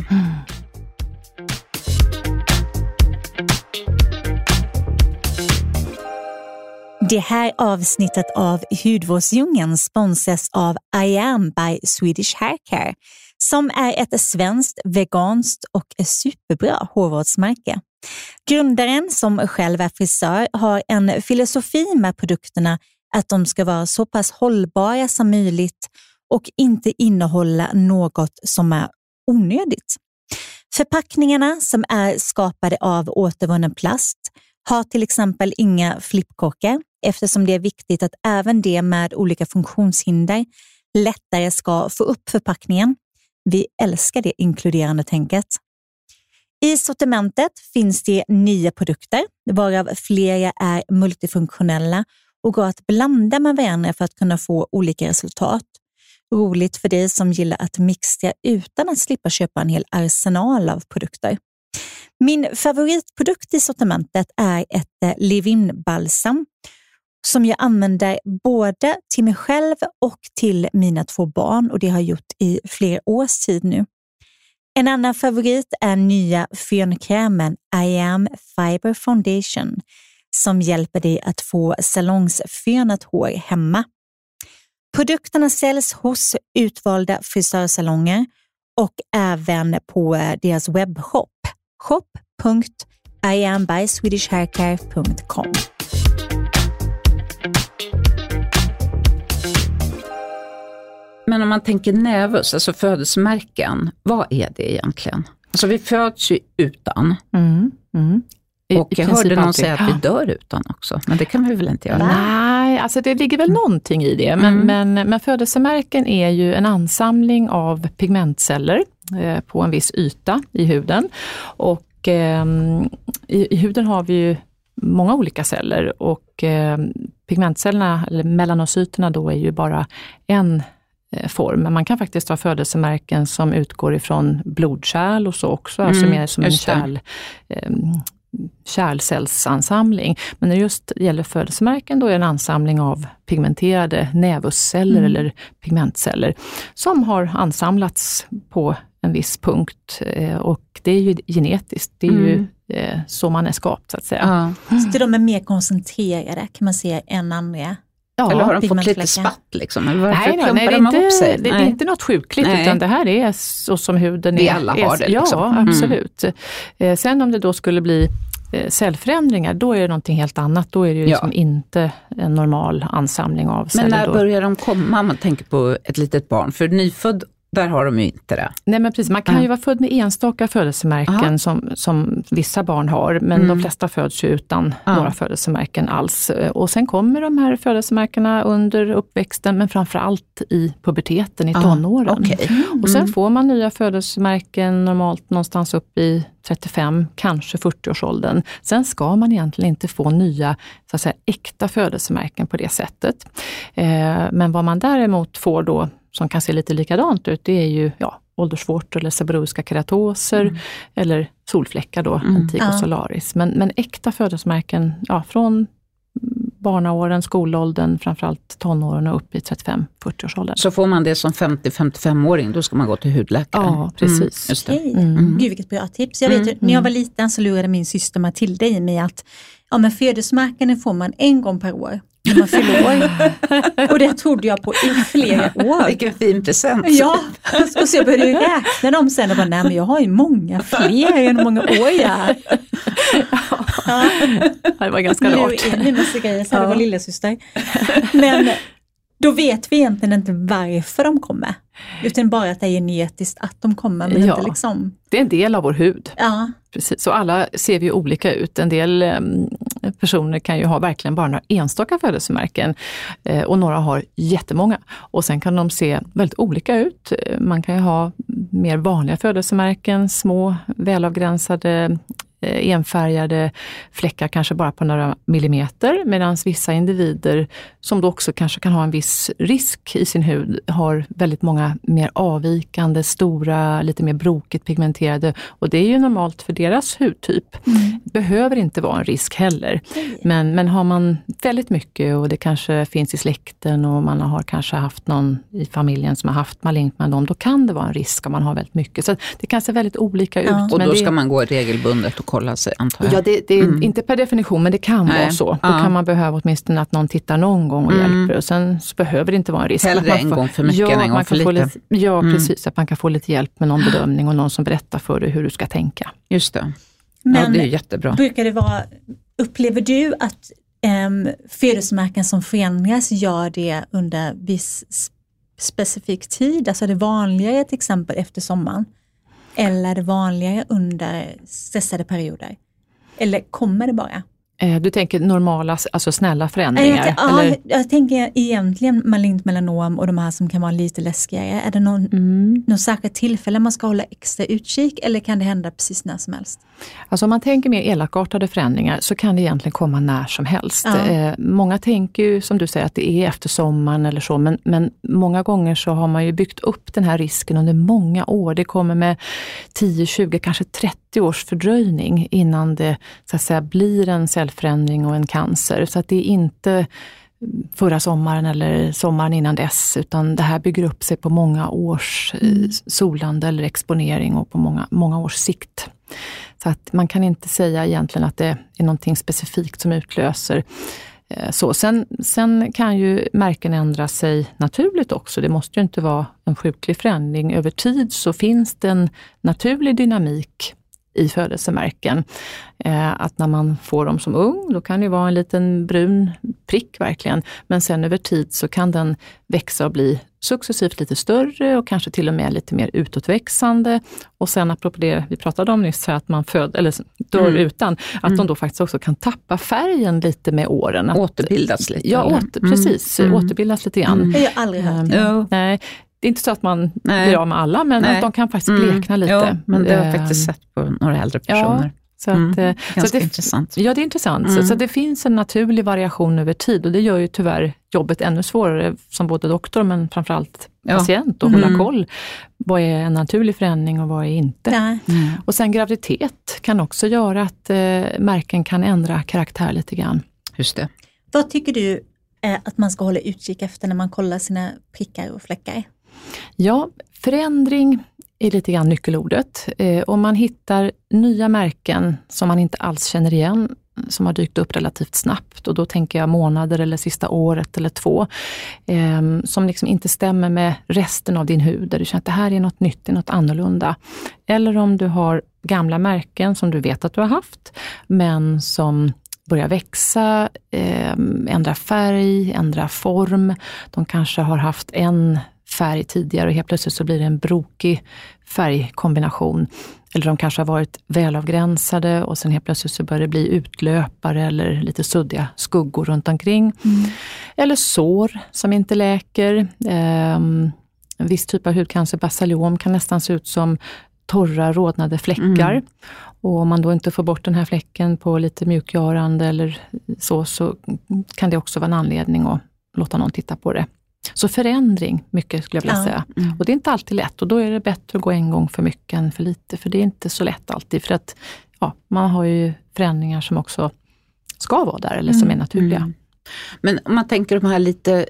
Det här avsnittet av Hudvårdsdjungeln sponsras av I Am by Swedish Hair Care, som är ett svenskt, veganskt och superbra hårvårdsmärke. Grundaren, som själv är frisör, har en filosofi med produkterna att de ska vara så pass hållbara som möjligt och inte innehålla något som är onödigt. Förpackningarna, som är skapade av återvunnen plast, har till exempel inga flippkorkar, eftersom det är viktigt att även de med olika funktionshinder lättare ska få upp förpackningen. Vi älskar det inkluderande tänket. I sortimentet finns det 9 produkter, varav flera är multifunktionella och går att blanda med varandra för att kunna få olika resultat. Roligt för dig som gillar att mixa utan att slippa köpa en hel arsenal av produkter. Min favoritprodukt i sortimentet är ett leave-in balsam som jag använder både till mig själv och till mina 2 barn, och det har jag gjort i flera års tid nu. En annan favorit är nya fönkrämen I Am Fiber Foundation som hjälper dig att få salongsfönat hår hemma. Produkterna säljs hos utvalda frisörsalonger och även på deras webbshop. shop.iambyswedishhaircare.com. Men om man tänker nävus, alltså födelsemärken, vad är det egentligen? Alltså vi föds ju utan. Och jag hörde någon säga att vi dör utan också, men det kan vi väl inte göra? Nej, alltså det ligger väl någonting i det. Men födelsemärken är ju en ansamling av pigmentceller på en viss yta i huden. Och i huden har vi ju många olika celler och pigmentcellerna, eller melanocyterna då, är ju bara en form. Men man kan faktiskt ha födelsemärken som utgår ifrån blodkärl och så också, alltså mer som en kärlcellsansamling. Men när det just gäller födelsemärken, då är det en ansamling av pigmenterade nävusceller eller pigmentceller som har ansamlats på en viss punkt, och det är ju genetiskt. Det är ju så man är skapt, så att säga. Så de är mer koncentrerade, kan man säga, än andra? Ja, eller har de fått lite spatt liksom? Eller nej, det är inte något sjukligt, utan det här är så som huden är. Vi alla har det liksom. Ja, absolut. Sen om det då skulle bli cellförändringar, då är det någonting helt annat. Då är det ju liksom inte en normal ansamling av celler. Men när börjar de komma? Man tänker på ett litet barn. För nyfödd, där har de ju inte det. Nej, men precis. Man kan ju vara född med enstaka födelsemärken som vissa barn har. Men de flesta föds ju utan några födelsemärken alls. Och sen kommer de här födelsemärkena under uppväxten, men framförallt i puberteten, i tonåren. Och sen får man nya födelsemärken normalt någonstans upp i 35, kanske 40-årsåldern. Sen ska man egentligen inte få nya, så att säga, äkta födelsemärken på det sättet. Men vad man däremot får då, som kan se lite likadant ut, det är ju åldersvårtor eller seborrhoiska keratoser eller solfläckar då, antigo solaris. Men äkta födelsemärken från barnaåren, skolåldern, framförallt tonåren och upp i 35-40-årsåldern. Så får man det som 50-55-åring, då ska man gå till hudläkare? Ja, precis. Just det. Gud, vilket bra tips. Jag vet ju, när jag var liten så lurade min syster Matilda i mig att men födelsemärken får man en gång per år när man fyller år. Och det trodde jag på i flera år. Vilken fin present. Ja, och så jag började räkna dem sen och bara, nej men jag har ju många fler än många år här. Det var ganska rart. Nu är massa grejer, så det var lillasyster. Men då vet vi egentligen inte varför de kommer. Utan bara att det är genetiskt att de kommer. Men inte liksom... Det är en del av vår hud. Ja. Precis. Så alla ser vi olika ut. En del personer kan ju ha verkligen bara några enstaka födelsemärken. Och några har jättemånga. Och sen kan de se väldigt olika ut. Man kan ju ha mer vanliga födelsemärken, små, välavgränsade, enfärgade fläckar kanske bara på några millimeter, medan vissa individer som då också kanske kan ha en viss risk i sin hud har väldigt många mer avvikande, stora, lite mer brokigt pigmenterade, och det är ju normalt för deras hudtyp. Behöver inte vara en risk heller. Men har man väldigt mycket och det kanske finns i släkten och man har kanske haft någon i familjen som har haft malignt mellan, då kan det vara en risk om man har väldigt mycket. Så det kan se väldigt olika ut. Och då ska man gå regelbundet och kolla sig, antar jag. Ja, det är inte per definition, men det kan vara så. Då kan man behöva åtminstone att någon tittar någon gång och hjälper. Och sen så behöver det inte vara en risk. Hellre en gång för mycket än en gång för lite. Precis. Att man kan få lite hjälp med någon bedömning och någon som berättar för dig hur du ska tänka. Just det. Men det är jättebra. Brukar det vara, upplever du att födelsemärken som förändras gör det under viss specifik tid? Alltså är det vanligare till exempel efter sommaren? Eller är det vanligare under stressade perioder? Eller kommer det bara? Du tänker normala, alltså snälla förändringar? Jag tänker egentligen malignt melanom och de här som kan vara lite läskigare. Är det någon särskilt tillfälle man ska hålla extra utkik, eller kan det hända precis när som helst? Alltså om man tänker mer elakartade förändringar så kan det egentligen komma när som helst. Många tänker ju, som du säger, att det är efter sommaren eller så, men många gånger så har man ju byggt upp den här risken under många år. Det kommer med 10, 20, kanske 30 års fördröjning innan det, så att säga, blir en cellförändring och en cancer. Så att det är inte förra sommaren eller sommaren innan dess, utan det här bygger upp sig på många års solande eller exponering och på många års sikt. Så att man kan inte säga egentligen att det är någonting specifikt som utlöser. Så. Sen kan ju märken ändra sig naturligt också. Det måste ju inte vara en sjuklig förändring. Över tid så finns det en naturlig dynamik i födelsemärken. Att när man får dem som ung, då kan det vara en liten brun prick verkligen. Men sen över tid så kan den växa och bli successivt lite större och kanske till och med lite mer utåtväxande. Och sen apropå det vi pratade om nyss, att man dör utan, att de då faktiskt också kan tappa färgen lite med åren. Återbildas lite. Ja, precis. Återbildas lite grann. Det har jag aldrig hört. Nej. Det är inte så att man blir av med alla, men att de kan faktiskt blekna lite. Ja, men det har jag faktiskt sett på några äldre personer. Ja, ganska intressant. Ja, det är intressant. Så det finns en naturlig variation över tid och det gör ju tyvärr jobbet ännu svårare som både doktor men framförallt patient att hålla koll. Vad är en naturlig förändring och vad är inte? Och sen graviditet kan också göra att märken kan ändra karaktär lite grann. Just det. Vad tycker du att man ska hålla utkik efter när man kollar sina prickar och fläckar? Ja, förändring är lite grann nyckelordet. Om man hittar nya märken som man inte alls känner igen, som har dykt upp relativt snabbt, och då tänker jag månader eller sista året eller 2, som liksom inte stämmer med resten av din hud, där du känner att det här är något nytt, det är något annorlunda. Eller om du har gamla märken som du vet att du har haft, men som börjar växa, ändra färg, ändra form. De kanske har haft en färg tidigare och helt plötsligt så blir det en brokig färgkombination. Eller de kanske har varit välavgränsade och sen helt plötsligt så börjar det bli utlöpare eller lite suddiga skuggor runt omkring. Eller sår som inte läker. En viss typ av hudcancer, basaliom, kan nästan se ut som torra, rodnade fläckar. Och om man då inte får bort den här fläcken på lite mjukgörande eller så kan det också vara en anledning att låta någon titta på det. Så förändring, mycket skulle jag vilja säga. Och det är inte alltid lätt och då är det bättre att gå en gång för mycket än för lite. För det är inte så lätt alltid. För att man har ju förändringar som också ska vara där eller som är naturliga. Men om man tänker de här lite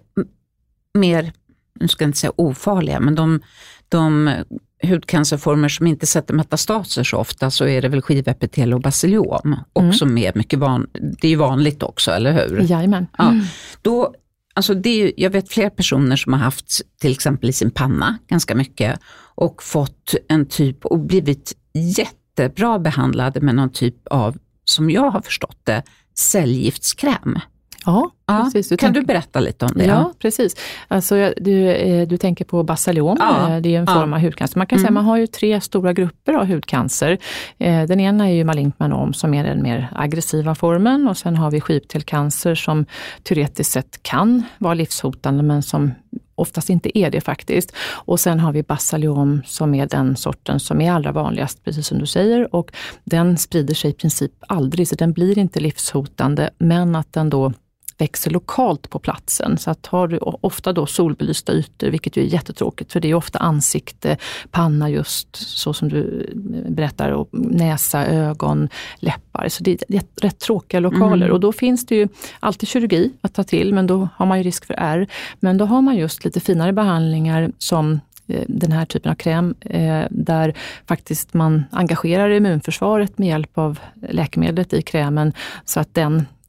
mer, nu ska jag inte säga ofarliga, men de hudcancerformer som inte sätter metastaser så ofta, så är det väl skivepitel och basiliom. Också med mycket det är ju vanligt också, eller hur? Jajamän. Ja, då, alltså jag vet fler personer som har haft till exempel i sin panna ganska mycket och fått en typ och blivit jättebra behandlade med någon typ av, som jag har förstått det, cellgiftskräm. Ja, precis. Kan du berätta lite om det? Ja, precis. Alltså, du tänker på basaliom. Det är en form av hudcancer. Man kan säga att man har ju 3 stora grupper av hudcancer. Den ena är ju malignt melanom som är den mer aggressiva formen. Och sen har vi skivtelcancer som teoretiskt sett kan vara livshotande men som oftast inte är det faktiskt. Och sen har vi basaliom som är den sorten som är allra vanligast, precis som du säger. Och den sprider sig i princip aldrig, så den blir inte livshotande, men att den då växer lokalt på platsen. Så att har du ofta då solbelysta ytor, vilket ju är jättetråkigt, för det är ofta ansikte, panna just så som du berättar, och näsa, ögon, läppar. Så det är rätt tråkiga lokaler. Och då finns det ju alltid kirurgi att ta till, men då har man ju risk för ärr. Men då har man just lite finare behandlingar som den här typen av kräm där faktiskt man engagerar immunförsvaret med hjälp av läkemedlet i krämen så att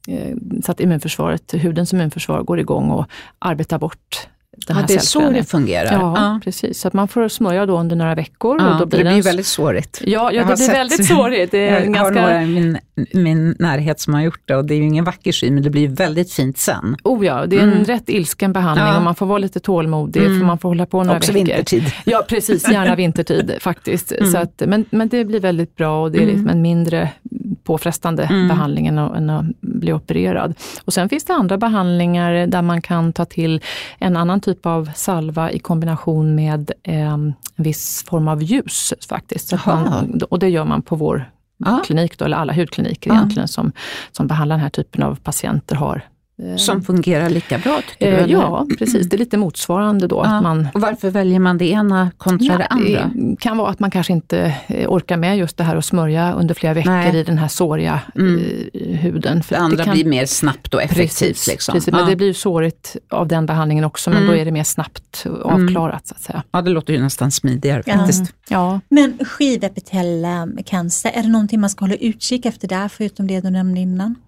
hudens immunförsvar går igång och arbetar bort den här det är så det fungerar. Ja, precis. Så att man får smörja då under några veckor. Ja, och då blir det blir väldigt sårigt. Ja, det blir väldigt sårigt. Det är jag har några i min närhet som har gjort det och det är ju ingen vacker syn, men det blir väldigt fint sen. Det är en rätt ilsken behandling och man får vara lite tålmodig för man får hålla på några också veckor. Vintertid. Ja, precis. Gärna vintertid faktiskt. Så att, men det blir väldigt bra och det är liksom en mindre påfrestande behandling än att bli opererad. Och sen finns det andra behandlingar där man kan ta till en annan typ av salva i kombination med en viss form av ljus faktiskt. Och det gör man på vår klinik då, eller alla hudkliniker egentligen som behandlar den här typen av patienter har. Som fungerar lika bra tycker du? Eller? Ja, precis. Det är lite motsvarande då. Att man, och varför väljer man det ena kontra det andra? Det kan vara att man kanske inte orkar med just det här att smörja under flera veckor i den här såriga huden. För det andra kan, blir mer snabbt och effektivt. Precis, men det blir sårigt av den behandlingen också, men då är det mer snabbt avklarat så att säga. Ja, det låter ju nästan smidigare faktiskt. Ja. Men skivepitelcancer, är det någonting man ska hålla utkik efter där förutom det du nämnde innan?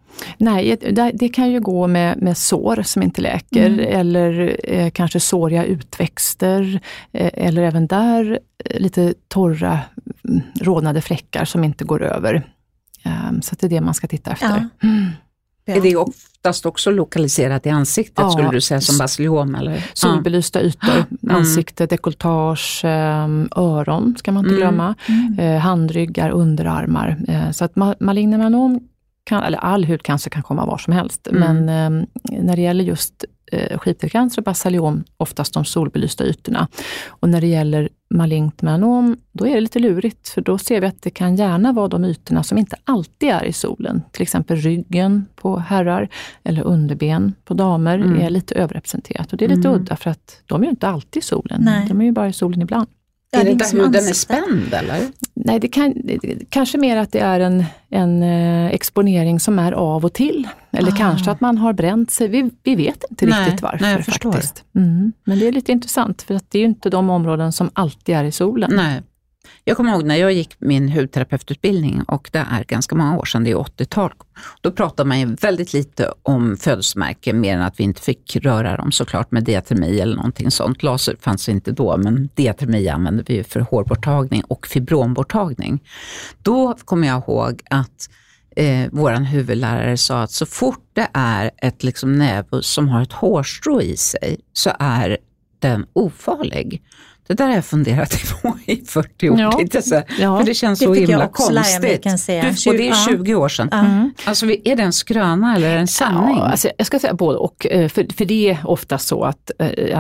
Nej, det kan ju gå med sår som inte läker eller kanske såriga utväxter eller även där lite torra rodnade fläckar som inte går över. Så det är det man ska titta efter. Ja. Är det oftast också lokaliserat i ansiktet skulle du säga som basiliom? Eller? Solbelysta ytor, ansikte, dekolletage, öron ska man inte glömma, handryggar, underarmar. Så att maligna melanom eller all hudcancer kan komma var som helst. Men när det gäller just skivtelcancer och basaliom oftast de solbelysta ytorna. Och när det gäller malignt melanom, då är det lite lurigt, för då ser vi att det kan gärna vara de ytorna som inte alltid är i solen. Till exempel ryggen på herrar eller underben på damer är lite överrepresenterat. Och det är lite udda för att de är ju inte alltid i solen. Nej. De är ju bara i solen ibland. Är det där huden är spänd eller? Nej, det kanske mer att det är en exponering som är av och till. Eller kanske att man har bränt sig. Vi vet inte riktigt varför. Nej, jag förstår. Faktiskt. Men det är lite intressant för att det är ju inte de områden som alltid är i solen. Nej. Jag kommer ihåg när jag gick min hudterapeututbildning och det är ganska många år sedan, det är 80-tal. Då pratade man ju väldigt lite om födelsemärken mer än att vi inte fick röra dem såklart med diatermi eller någonting sånt. Laser fanns inte då, men diatermi använde vi för hårborttagning och fibronborttagning. Då kommer jag ihåg att våran huvudlärare sa att så fort det är ett liksom näbbus som har ett hårstrå i sig så är den ofarlig. Det där har jag funderat på i 40 år. För det känns så himla konstigt. Och det är 20 år sedan. Alltså är det en skröna eller en sanning? Ja, alltså, jag ska säga både och. För det är ofta så att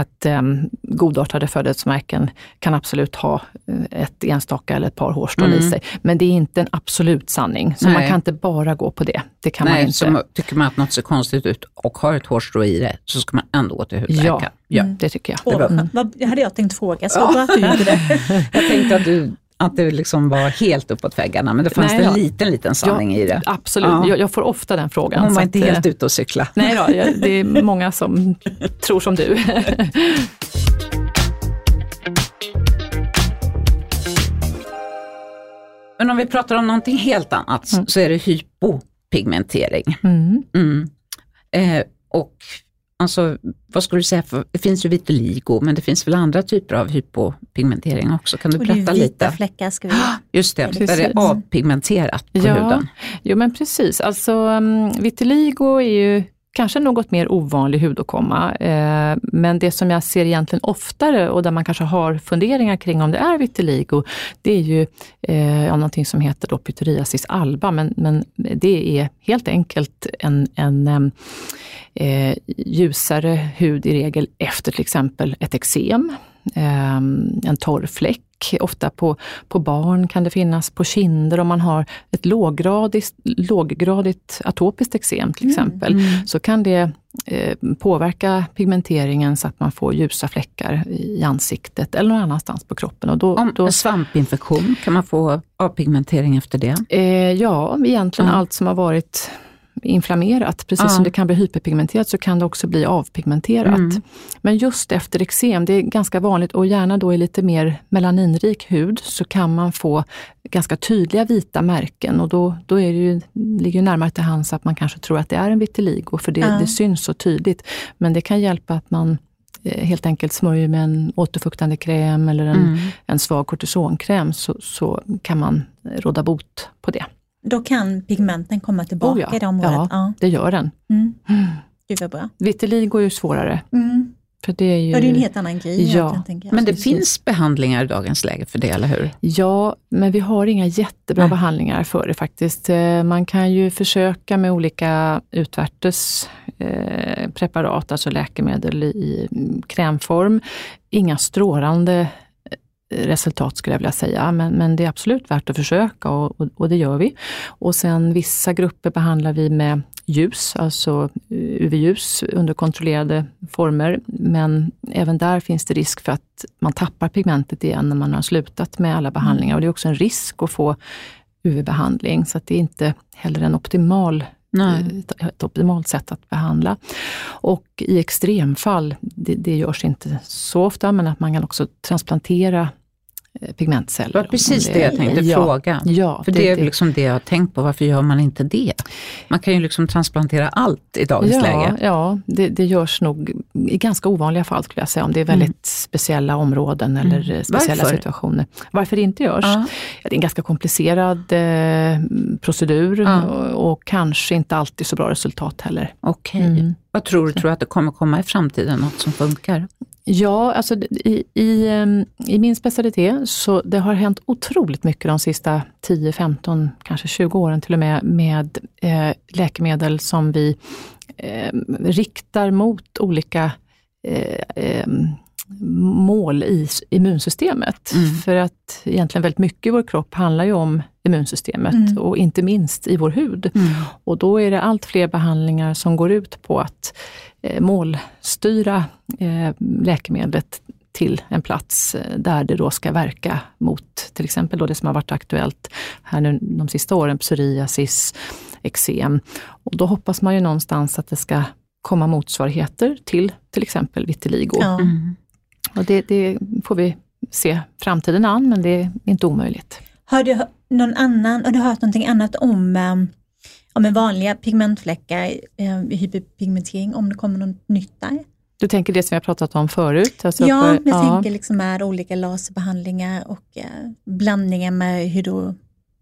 godartade födelsemärken kan absolut ha ett enstaka eller ett par hårstrån i sig. Men det är inte en absolut sanning. Så man kan inte bara gå på det. Det kan man inte. Så tycker man att något ser konstigt ut och har ett hårstrå i det så ska man ändå gå till hudläkaren. Ja, det tycker jag. Vad hade jag tänkt fråga? Så bra att du gjorde det. Jag tänkte att du liksom var helt uppåt väggarna, men det fanns en liten sanning i det. Absolut, jag får ofta den frågan. Hon var inte helt ute och cykla. Nej då, det är många som tror som du. Men om vi pratar om någonting helt annat så är det hypopigmentering. Och alltså, vad skulle du säga? För det finns ju vitiligo, men det finns väl andra typer av hypopigmentering också. Kan du berätta lite? Vita fläckar ska vi... Just det, där det är avpigmenterat på huden. Jo, men precis. Alltså, vitiligo är ju kanske något mer ovanlig hudåkomma. Men det som jag ser egentligen oftare och där man kanske har funderingar kring om det är vitiligo, det är ju någonting som heter då pityriasis alba. Men det är helt enkelt en ljusare hud i regel efter till exempel ett eksem, en torr fläck. Ofta på barn kan det finnas på kinder om man har ett låggradigt atopiskt eksem till exempel. Så kan det påverka pigmenteringen så att man får ljusa fläckar i ansiktet eller någon annanstans på kroppen. Och då en svampinfektion, kan man få avpigmentering efter det? Ja, egentligen allt som har varit inflammerat, precis som det kan bli hyperpigmenterat så kan det också bli avpigmenterat. Men just efter eksem, det är ganska vanligt och gärna då i lite mer melaninrik hud så kan man få ganska tydliga vita märken och då är det ju, ligger närmare till hands att man kanske tror att det är en vitiligo för det syns så tydligt. Men det kan hjälpa att man helt enkelt smörjer med en återfuktande kräm eller en svag kortisonkräm så kan man råda bot på det. Då kan pigmenten komma tillbaka i det området? Ja, det gör den. Gud vad bra. Vitiligo är ju svårare. För det är ju... det är en helt annan grej. Men det finns behandlingar i dagens läge för det, eller hur? Ja, men vi har inga jättebra behandlingar för det faktiskt. Man kan ju försöka med olika utvärtes preparat, alltså läkemedel i krämform. Inga strålande resultat skulle jag vilja säga, men det är absolut värt att försöka och det gör vi. Och sen vissa grupper behandlar vi med ljus, alltså UV-ljus under kontrollerade former, men även där finns det risk för att man tappar pigmentet igen när man har slutat med alla behandlingar och det är också en risk att få UV-behandling så att det är inte heller ett optimalt sätt att behandla. Och i extremfall, det görs inte så ofta, men att man kan också transplantera pigmentceller. Det var precis det jag tänkte fråga. Ja, för det är liksom det jag har tänkt på. Varför gör man inte det? Man kan ju liksom transplantera allt i dagens läge. Ja, det görs nog i ganska ovanliga fall skulle jag säga. Om det är väldigt speciella områden eller speciella situationer. Varför det inte görs? Ja, det är en ganska komplicerad procedur och kanske inte alltid så bra resultat heller. Okej. Vad tror du att det kommer komma i framtiden? Något som funkar? Ja, alltså i min specialitet så det har hänt otroligt mycket de sista 10, 15, kanske 20 åren till och med läkemedel som vi riktar mot olika mål i immunsystemet. För att egentligen väldigt mycket i vår kropp handlar ju om immunsystemet och inte minst i vår hud. Och då är det allt fler behandlingar som går ut på att målstyra läkemedlet till en plats där det då ska verka mot till exempel då det som har varit aktuellt här nu de sista åren, psoriasis, eksem. Och då hoppas man ju någonstans att det ska komma motsvarigheter till exempel vitiligo. Ja. Och det får vi se framtiden an, men det är inte omöjligt. Har du hört någonting annat om vanliga pigmentfläckar, hyperpigmentering, om det kommer något nytt där? Du tänker det som jag pratat om förut? Alltså jag tänker liksom med olika laserbehandlingar och blandningar med hydrogen,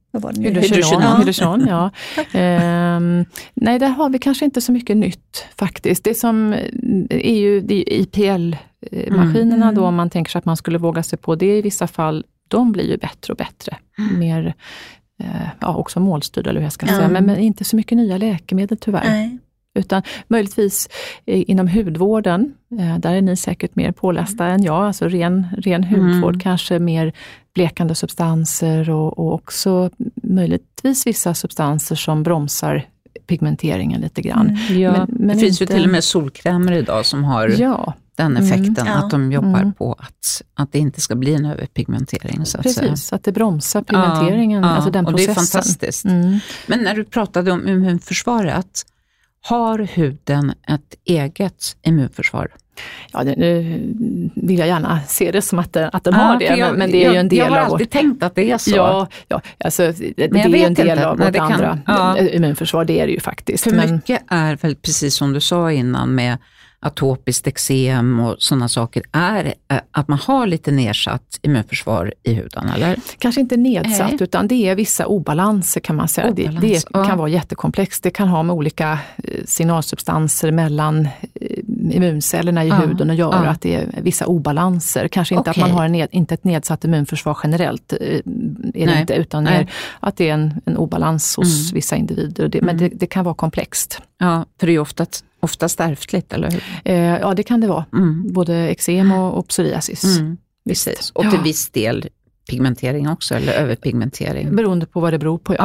ja. Nej, där har vi kanske inte så mycket nytt faktiskt. Det som är ju IPL-maskinerna då, om man tänker sig att man skulle våga sig på det i vissa fall, de blir ju bättre och bättre. Mer också målstyrda eller hur jag ska säga. Men inte så mycket nya läkemedel tyvärr. Nej. Utan möjligtvis inom hudvården, där är ni säkert mer pålästa än jag. Alltså ren hudvård, kanske mer blekande substanser och också möjligtvis vissa substanser som bromsar pigmenteringen lite grann. Ja, men det finns ju till och med solkrämer idag som har den effekten, att de jobbar på att det inte ska bli en överpigmentering. Så att säga. Att det bromsar pigmenteringen, alltså den processen. Och det är fantastiskt. Men när du pratade om immunförsvaret, har huden ett eget immunförsvar? Ja, nu vill jag gärna se det som att den har det, men det är ju en del av vårt... Jag har alltid tänkt att det är så. Ja, alltså det är ju en del av vårt andra immunförsvar, det är det ju faktiskt. För mycket är väl, precis som du sa innan, med atopiskt eksem och sådana saker, är att man har lite nedsatt immunförsvar i huden, eller? Kanske inte nedsatt, utan det är vissa obalanser kan man säga. Det kan vara jättekomplext. Det kan ha med olika signalsubstanser mellan immuncellerna i huden och göra att det är vissa obalanser. Kanske inte att man har inte ett nedsatt immunförsvar generellt, är det inte, utan mer att det är en obalans hos vissa individer. Men det kan vara komplext. Ja, för det är ju oftast ärftligt, eller hur? Ja, det kan det vara. Både eksem och psoriasis. Precis. Och till viss del pigmentering också, eller överpigmentering. Beroende på vad det beror på,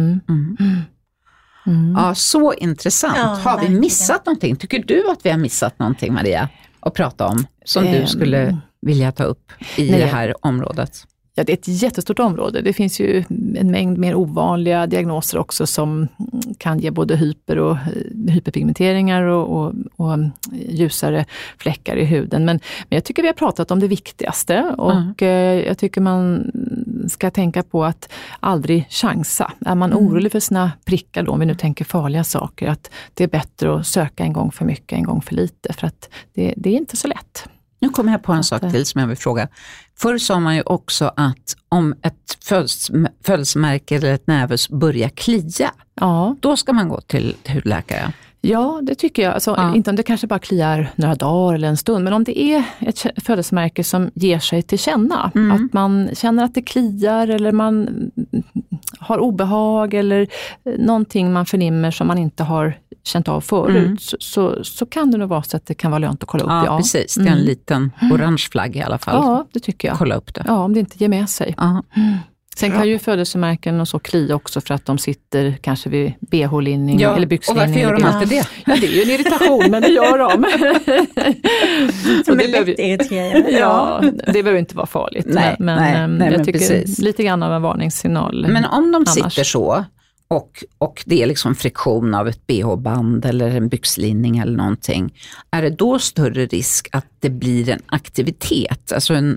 Ja, så intressant. Har vi missat någonting? Tycker du att vi har missat någonting, Maria, att prata om som du skulle vilja ta upp i det här området? Ja, det är ett jättestort område. Det finns ju en mängd mer ovanliga diagnoser också som kan ge både hyperpigmenteringar och ljusare fläckar i huden. Men jag tycker vi har pratat om det viktigaste och jag tycker man ska tänka på att aldrig chansa. Är man orolig för sina prickar då, om vi nu tänker farliga saker, att det är bättre att söka en gång för mycket, en gång för lite, för att det är inte så lätt. Nu kommer jag på en sak till som jag vill fråga. Förr sa man ju också att om ett födelsemärke eller ett nävus börjar klia, då ska man gå till hudläkare. Ja, det tycker jag. Alltså, inte om det kanske bara kliar några dagar eller en stund, men om det är ett födelsemärke som ger sig till känna, att man känner att det kliar eller man har obehag eller någonting man förnimmer som man inte har känt av förut, så kan det nog vara så att det kan vara lönt att kolla upp. Ja, precis. Det är en liten orange flagg i alla fall. Ja, det tycker jag. Kolla upp det. Ja, om det inte ger med sig. Sen kan ju födelsemärken och så klia också för att de sitter kanske vid BH-linning eller byxlinning. Och varför gör de alltid det? Ja, det är ju en irritation, men det gör de. Som är lätt irriterande. Ja, det behöver inte vara farligt. Nej, men jag tycker precis. Lite grann av en varningssignal. Men om de sitter så och det är liksom friktion av ett BH-band eller en byxlinning eller någonting, är det då större risk att det blir en aktivitet, alltså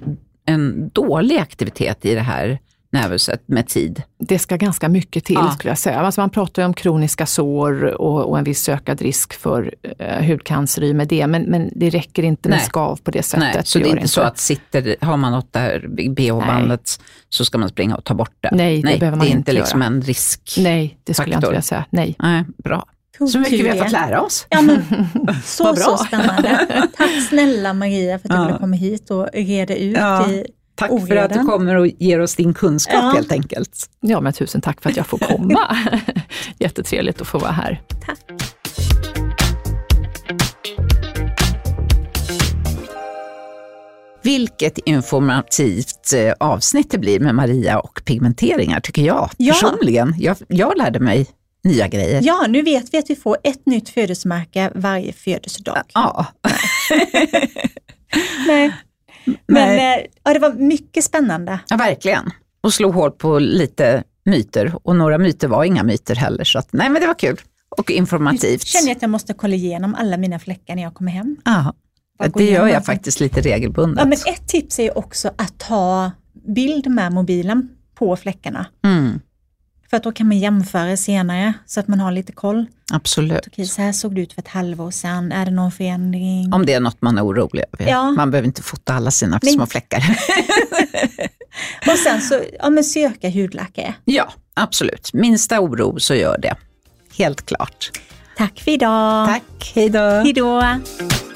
en dålig aktivitet i det här nervuset med tid? Det ska ganska mycket till skulle jag säga. Alltså man pratar ju om kroniska sår och en viss ökad risk för hudcancer i med det. Men det räcker inte med skav på det sättet. Nej, så det är inte så att har man något där BH-bandet så ska man springa och ta bort det? Nej, det behöver man inte. Det är inte inte liksom göra. En risk. Nej, det skulle jag inte vilja säga. Nej, bra. Så mycket vi har fått lära oss. Ja, men, så spännande. Tack snälla Maria för att du ville komma hit och reda ut i tack oreden. för att du kommer och ger oss din kunskap helt enkelt. Ja, men tusen tack för att jag får komma. Jättetrevligt att få vara här. Tack. Vilket informativt avsnitt det blir med Maria och pigmenteringar tycker jag personligen. Jag lärde mig nya grejer. Ja, nu vet vi att vi får ett nytt födelsemärke varje födelsedag. Ja. Nej. Men det var mycket spännande. Ja, verkligen. Och slå hål på lite myter. Och några myter var inga myter heller. Så att, men det var kul och informativt. Jag känner att jag måste kolla igenom alla mina fläckar när jag kommer hem. Ja, det gör jag faktiskt lite regelbundet. Ja, men ett tips är också att ta bild med mobilen på fläckarna. För att då kan man jämföra senare så att man har lite koll. Absolut. Okej, så här såg det ut för ett halvår sedan. Är det någon förändring? Om det är något man är orolig över. Ja. Man behöver inte fota alla sina små fläckar. Och sen så, söka hudläkare. Ja, absolut. Minsta oro så gör det. Helt klart. Tack för idag. Tack, hej då. Hej då.